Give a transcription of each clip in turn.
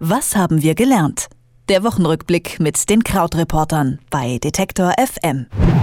Was haben wir gelernt? Der Wochenrückblick mit den Krautreportern bei Detektor FM.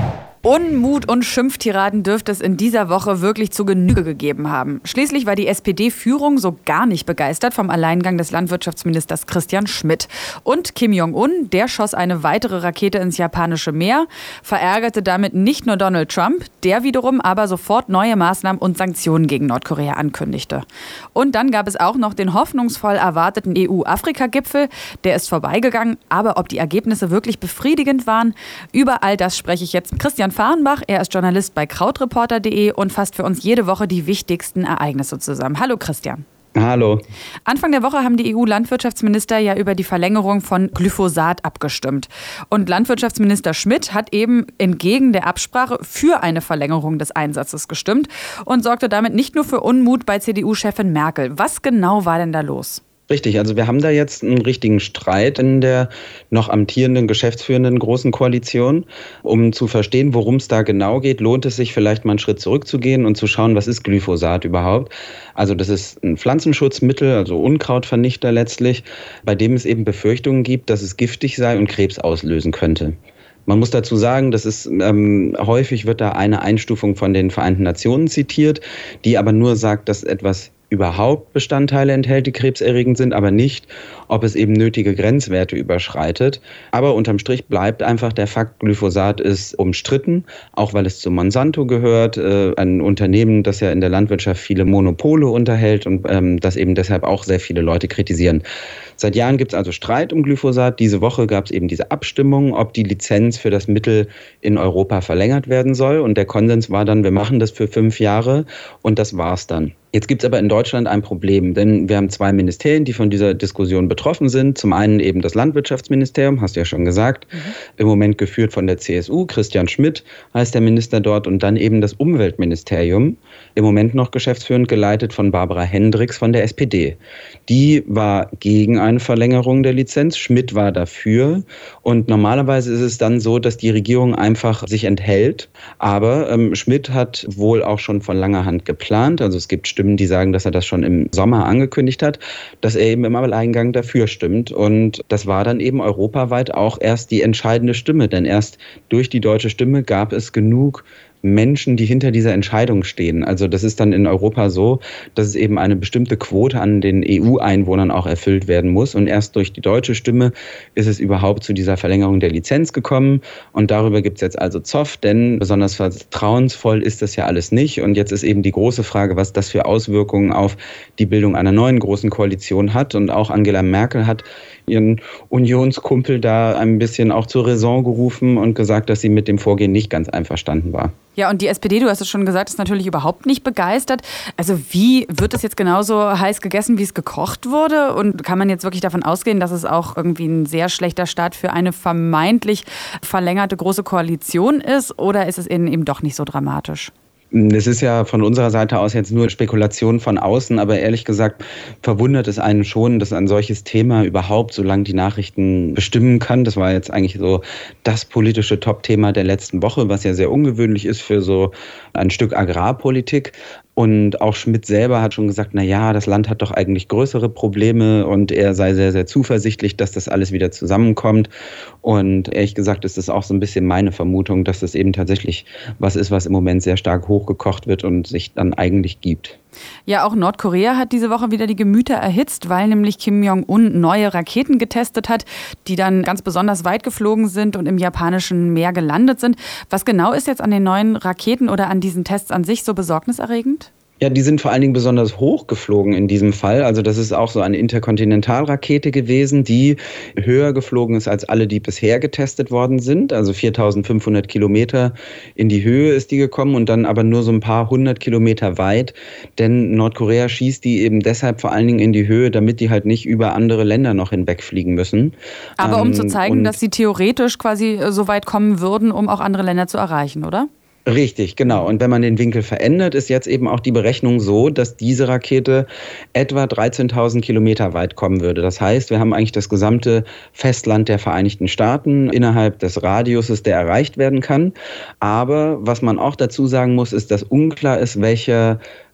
Unmut und Schimpftiraden dürfte es in dieser Woche wirklich zu Genüge gegeben haben. Schließlich war die SPD-Führung so gar nicht begeistert vom Alleingang des Landwirtschaftsministers Christian Schmidt. Und Kim Jong-un, der schoss eine weitere Rakete ins japanische Meer, verärgerte damit nicht nur Donald Trump, der wiederum aber sofort neue Maßnahmen und Sanktionen gegen Nordkorea ankündigte. Und dann gab es auch noch den hoffnungsvoll erwarteten EU-Afrika-Gipfel. Der ist vorbeigegangen, aber ob die Ergebnisse wirklich befriedigend waren, über all das spreche ich jetzt mit Christian Fahrenbach. Er ist Journalist bei krautreporter.de und fasst für uns jede Woche die wichtigsten Ereignisse zusammen. Hallo Christian. Hallo. Anfang der Woche haben die EU-Landwirtschaftsminister ja über die Verlängerung von Glyphosat abgestimmt. Und Landwirtschaftsminister Schmidt hat eben entgegen der Absprache für eine Verlängerung des Einsatzes gestimmt und sorgte damit nicht nur für Unmut bei CDU-Chefin Merkel. Was genau war denn da los? Richtig, also wir haben da jetzt einen richtigen Streit in der noch amtierenden, geschäftsführenden Großen Koalition. Um zu verstehen, worum es da genau geht, lohnt es sich vielleicht mal einen Schritt zurückzugehen und zu schauen, was ist Glyphosat überhaupt? Also das ist ein Pflanzenschutzmittel, also Unkrautvernichter letztlich, bei dem es eben Befürchtungen gibt, dass es giftig sei und Krebs auslösen könnte. Man muss dazu sagen, das ist häufig wird da eine Einstufung von den Vereinten Nationen zitiert, die aber nur sagt, dass etwas überhaupt Bestandteile enthält, die krebserregend sind, aber nicht, ob es eben nötige Grenzwerte überschreitet. Aber unterm Strich bleibt einfach der Fakt, Glyphosat ist umstritten, auch weil es zu Monsanto gehört, ein Unternehmen, das ja in der Landwirtschaft viele Monopole unterhält und das eben deshalb auch sehr viele Leute kritisieren. Seit Jahren gibt es also Streit um Glyphosat. Diese Woche gab es eben diese Abstimmung, ob die Lizenz für das Mittel in Europa verlängert werden soll. Und der Konsens war dann, wir machen das für 5 Jahre und das war's dann. Jetzt gibt es aber in Deutschland ein Problem, denn wir haben 2 Ministerien, die von dieser Diskussion betroffen sind. Zum einen eben das Landwirtschaftsministerium, hast du ja schon gesagt, im Moment geführt von der CSU, Christian Schmidt heißt der Minister dort, und dann eben das Umweltministerium, im Moment noch geschäftsführend geleitet von Barbara Hendricks von der SPD. Die war gegen eine Verlängerung der Lizenz, Schmidt war dafür, und normalerweise ist es dann so, dass die Regierung einfach sich enthält, aber Schmidt hat wohl auch schon von langer Hand geplant, also es gibt Stimmen, die sagen, dass er das schon im Sommer angekündigt hat, dass er eben im Alleingang dafür stimmt. Und das war dann eben europaweit auch erst die entscheidende Stimme. Denn erst durch die deutsche Stimme gab es genug Menschen, die hinter dieser Entscheidung stehen. Also das ist dann in Europa so, dass es eben eine bestimmte Quote an den EU-Einwohnern auch erfüllt werden muss. Und erst durch die deutsche Stimme ist es überhaupt zu dieser Verlängerung der Lizenz gekommen. Und darüber gibt es jetzt also Zoff, denn besonders vertrauensvoll ist das ja alles nicht. Und jetzt ist eben die große Frage, was das für Auswirkungen auf die Bildung einer neuen großen Koalition hat. Und auch Angela Merkel hat ihren Unionskumpel da ein bisschen auch zur Raison gerufen und gesagt, dass sie mit dem Vorgehen nicht ganz einverstanden war. Ja, und die SPD, du hast es schon gesagt, ist natürlich überhaupt nicht begeistert. Also wie wird es jetzt genauso heiß gegessen, wie es gekocht wurde? Und kann man jetzt wirklich davon ausgehen, dass es auch irgendwie ein sehr schlechter Start für eine vermeintlich verlängerte große Koalition ist? Oder ist es eben doch nicht so dramatisch? Es ist ja von unserer Seite aus jetzt nur Spekulation von außen, aber ehrlich gesagt verwundert es einen schon, dass ein solches Thema überhaupt so lange die Nachrichten bestimmen kann. Das war jetzt eigentlich so das politische Top-Thema der letzten Woche, was ja sehr ungewöhnlich ist für so ein Stück Agrarpolitik. Und auch Schmidt selber hat schon gesagt, na ja, das Land hat doch eigentlich größere Probleme und er sei sehr, sehr zuversichtlich, dass das alles wieder zusammenkommt. Und ehrlich gesagt ist das auch so ein bisschen meine Vermutung, dass das eben tatsächlich was ist, was im Moment sehr stark hochgekocht wird und sich dann eigentlich gibt. Ja, auch Nordkorea hat diese Woche wieder die Gemüter erhitzt, weil nämlich Kim Jong-un neue Raketen getestet hat, die dann ganz besonders weit geflogen sind und im japanischen Meer gelandet sind. Was genau ist jetzt an den neuen Raketen oder an diesen Tests an sich so besorgniserregend? Ja, die sind vor allen Dingen besonders hoch geflogen in diesem Fall. Also das ist auch so eine Interkontinentalrakete gewesen, die höher geflogen ist als alle, die bisher getestet worden sind. Also 4.500 Kilometer in die Höhe ist die gekommen und dann aber nur so ein paar 100 Kilometer weit. Denn Nordkorea schießt die eben deshalb vor allen Dingen in die Höhe, damit die halt nicht über andere Länder noch hinwegfliegen müssen. Aber um zu zeigen, dass sie theoretisch quasi so weit kommen würden, um auch andere Länder zu erreichen, oder? Richtig, genau. Und wenn man den Winkel verändert, ist jetzt eben auch die Berechnung so, dass diese Rakete etwa 13.000 Kilometer weit kommen würde. Das heißt, wir haben eigentlich das gesamte Festland der Vereinigten Staaten innerhalb des Radiuses, der erreicht werden kann. Aber was man auch dazu sagen muss, ist, dass unklar ist, welcher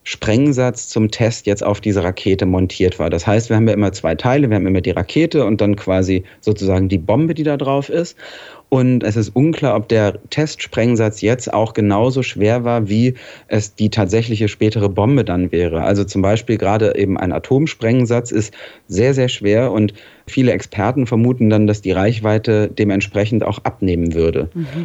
Sprengsatz zum Test jetzt auf diese Rakete montiert war. Das heißt, wir haben ja immer 2 Teile. Wir haben immer die Rakete und dann quasi sozusagen die Bombe, die da drauf ist. Und es ist unklar, ob der Testsprengsatz jetzt auch genauso schwer war, wie es die tatsächliche spätere Bombe dann wäre. Also zum Beispiel gerade eben ein Atomsprengsatz ist sehr, sehr schwer und viele Experten vermuten dann, dass die Reichweite dementsprechend auch abnehmen würde.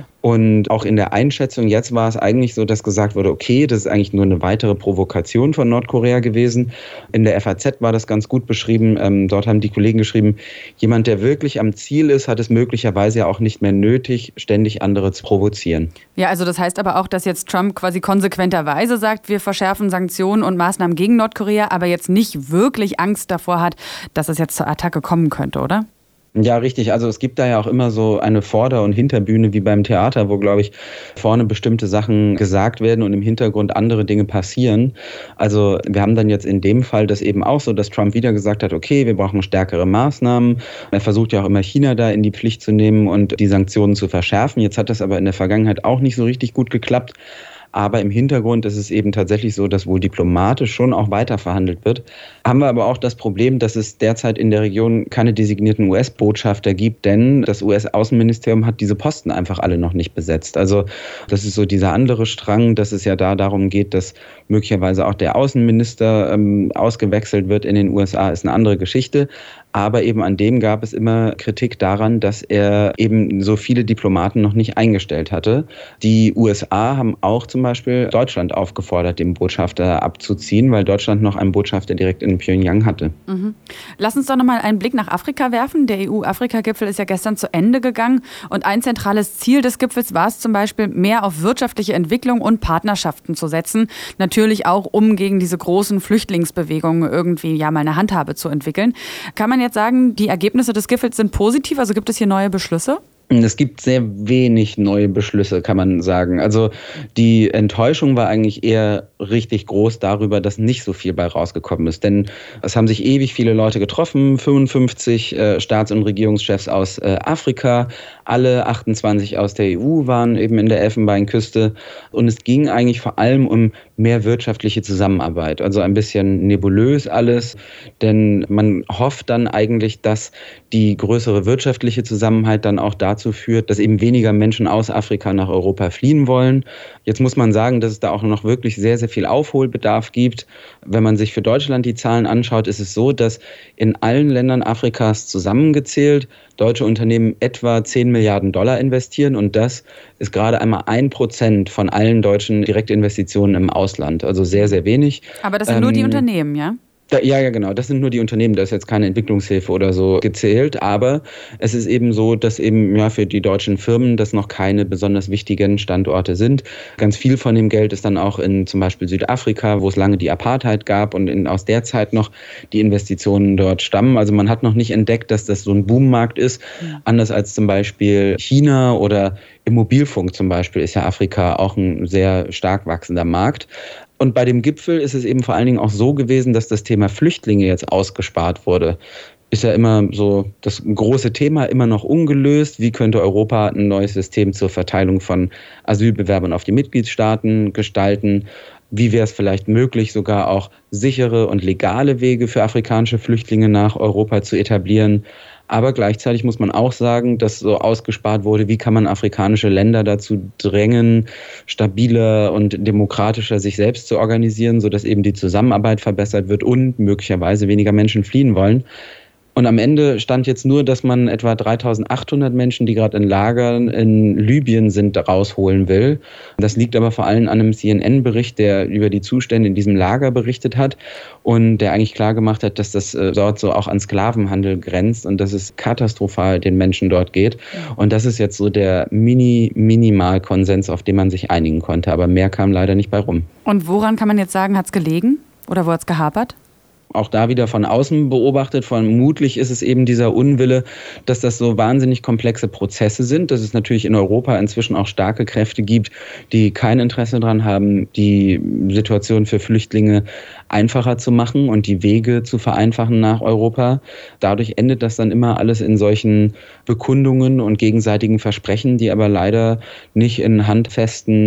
Und auch in der Einschätzung jetzt war es eigentlich so, dass gesagt wurde, okay, das ist eigentlich nur eine weitere Provokation von Nordkorea gewesen. In der FAZ war das ganz gut beschrieben. Dort haben die Kollegen geschrieben, jemand, der wirklich am Ziel ist, hat es möglicherweise ja auch nicht mehr nötig, ständig andere zu provozieren. Ja, also das heißt aber auch, dass jetzt Trump quasi konsequenterweise sagt, wir verschärfen Sanktionen und Maßnahmen gegen Nordkorea, aber jetzt nicht wirklich Angst davor hat, dass es jetzt zur Attacke kommen könnte, oder? Ja, richtig. Also es gibt da ja auch immer so eine Vorder- und Hinterbühne wie beim Theater, wo, glaube ich, vorne bestimmte Sachen gesagt werden und im Hintergrund andere Dinge passieren. Also wir haben dann jetzt in dem Fall das eben auch so, dass Trump wieder gesagt hat, okay, wir brauchen stärkere Maßnahmen. Er versucht ja auch immer China da in die Pflicht zu nehmen und die Sanktionen zu verschärfen. Jetzt hat das aber in der Vergangenheit auch nicht so richtig gut geklappt. Aber im Hintergrund ist es eben tatsächlich so, dass wohl diplomatisch schon auch weiter verhandelt wird. Haben wir aber auch das Problem, dass es derzeit in der Region keine designierten US-Botschafter gibt, denn das US-Außenministerium hat diese Posten einfach alle noch nicht besetzt. Also das ist so dieser andere Strang, dass es ja da darum geht, dass möglicherweise auch der Außenminister ausgewechselt wird in den USA, ist eine andere Geschichte. Aber eben an dem gab es immer Kritik daran, dass er eben so viele Diplomaten noch nicht eingestellt hatte. Die USA haben auch zum Beispiel Deutschland aufgefordert, den Botschafter abzuziehen, weil Deutschland noch einen Botschafter direkt in Pyongyang hatte. Lass uns doch nochmal einen Blick nach Afrika werfen. Der EU-Afrika-Gipfel ist ja gestern zu Ende gegangen. Und ein zentrales Ziel des Gipfels war es zum Beispiel, mehr auf wirtschaftliche Entwicklung und Partnerschaften zu setzen. Natürlich auch, um gegen diese großen Flüchtlingsbewegungen irgendwie ja mal eine Handhabe zu entwickeln. Kann man jetzt sagen, die Ergebnisse des Gipfels sind positiv? Also gibt es hier neue Beschlüsse? Es gibt sehr wenig neue Beschlüsse, kann man sagen. Also die Enttäuschung war eigentlich eher richtig groß darüber, dass nicht so viel bei rausgekommen ist. Denn es haben sich ewig viele Leute getroffen, 55 Staats- und Regierungschefs aus Afrika, alle 28 aus der EU waren eben in der Elfenbeinküste. Und es ging eigentlich vor allem um mehr wirtschaftliche Zusammenarbeit. Also ein bisschen nebulös alles, denn man hofft dann eigentlich, dass die größere wirtschaftliche Zusammenhalt dann auch dazu führt, dass eben weniger Menschen aus Afrika nach Europa fliehen wollen. Jetzt muss man sagen, dass es da auch noch wirklich sehr, sehr viel Aufholbedarf gibt. Wenn man sich für Deutschland die Zahlen anschaut, ist es so, dass in allen Ländern Afrikas zusammengezählt deutsche Unternehmen etwa 10 Milliarden Dollar investieren und das ist gerade einmal 1% von allen deutschen Direktinvestitionen im Ausland. Also sehr, sehr wenig. Aber das sind nur die Unternehmen, ja? Ja, genau. Das sind nur die Unternehmen. Da ist jetzt keine Entwicklungshilfe oder so gezählt. Aber es ist eben so, dass eben ja für die deutschen Firmen das noch keine besonders wichtigen Standorte sind. Ganz viel von dem Geld ist dann auch in zum Beispiel Südafrika, wo es lange die Apartheid gab und aus der Zeit noch die Investitionen dort stammen. Also man hat noch nicht entdeckt, dass das so ein Boommarkt ist. Ja. Anders als zum Beispiel China oder im Mobilfunk zum Beispiel ist ja Afrika auch ein sehr stark wachsender Markt. Und bei dem Gipfel ist es eben vor allen Dingen auch so gewesen, dass das Thema Flüchtlinge jetzt ausgespart wurde. Ist ja immer so das große Thema, immer noch ungelöst. Wie könnte Europa ein neues System zur Verteilung von Asylbewerbern auf die Mitgliedstaaten gestalten? Wie wäre es vielleicht möglich, sogar auch sichere und legale Wege für afrikanische Flüchtlinge nach Europa zu etablieren? Aber gleichzeitig muss man auch sagen, dass so ausgespart wurde, wie kann man afrikanische Länder dazu drängen, stabiler und demokratischer sich selbst zu organisieren, sodass eben die Zusammenarbeit verbessert wird und möglicherweise weniger Menschen fliehen wollen. Und am Ende stand jetzt nur, dass man etwa 3.800 Menschen, die gerade in Lagern in Libyen sind, rausholen will. Das liegt aber vor allem an einem CNN-Bericht, der über die Zustände in diesem Lager berichtet hat und der eigentlich klargemacht hat, dass das dort so auch an Sklavenhandel grenzt und dass es katastrophal den Menschen dort geht. Und das ist jetzt so der Minimalkonsens, auf den man sich einigen konnte. Aber mehr kam leider nicht bei rum. Und woran kann man jetzt sagen, hat es gelegen oder wo hat es gehapert? Auch da wieder von außen beobachtet, vermutlich ist es eben dieser Unwille, dass das so wahnsinnig komplexe Prozesse sind, dass es natürlich in Europa inzwischen auch starke Kräfte gibt, die kein Interesse daran haben, die Situation für Flüchtlinge einfacher zu machen und die Wege zu vereinfachen nach Europa. Dadurch endet das dann immer alles in solchen Bekundungen und gegenseitigen Versprechen, die aber leider nicht in handfesten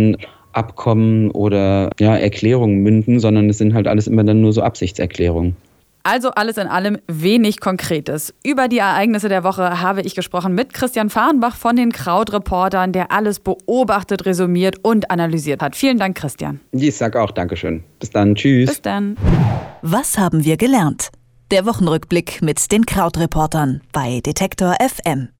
Abkommen oder Erklärungen münden, sondern es sind halt alles immer dann nur so Absichtserklärungen. Also alles in allem wenig Konkretes. Über die Ereignisse der Woche habe ich gesprochen mit Christian Fahrenbach von den Krautreportern, der alles beobachtet, resümiert und analysiert hat. Vielen Dank, Christian. Ich sage auch Dankeschön. Bis dann. Tschüss. Bis dann. Was haben wir gelernt? Der Wochenrückblick mit den Krautreportern bei Detektor FM.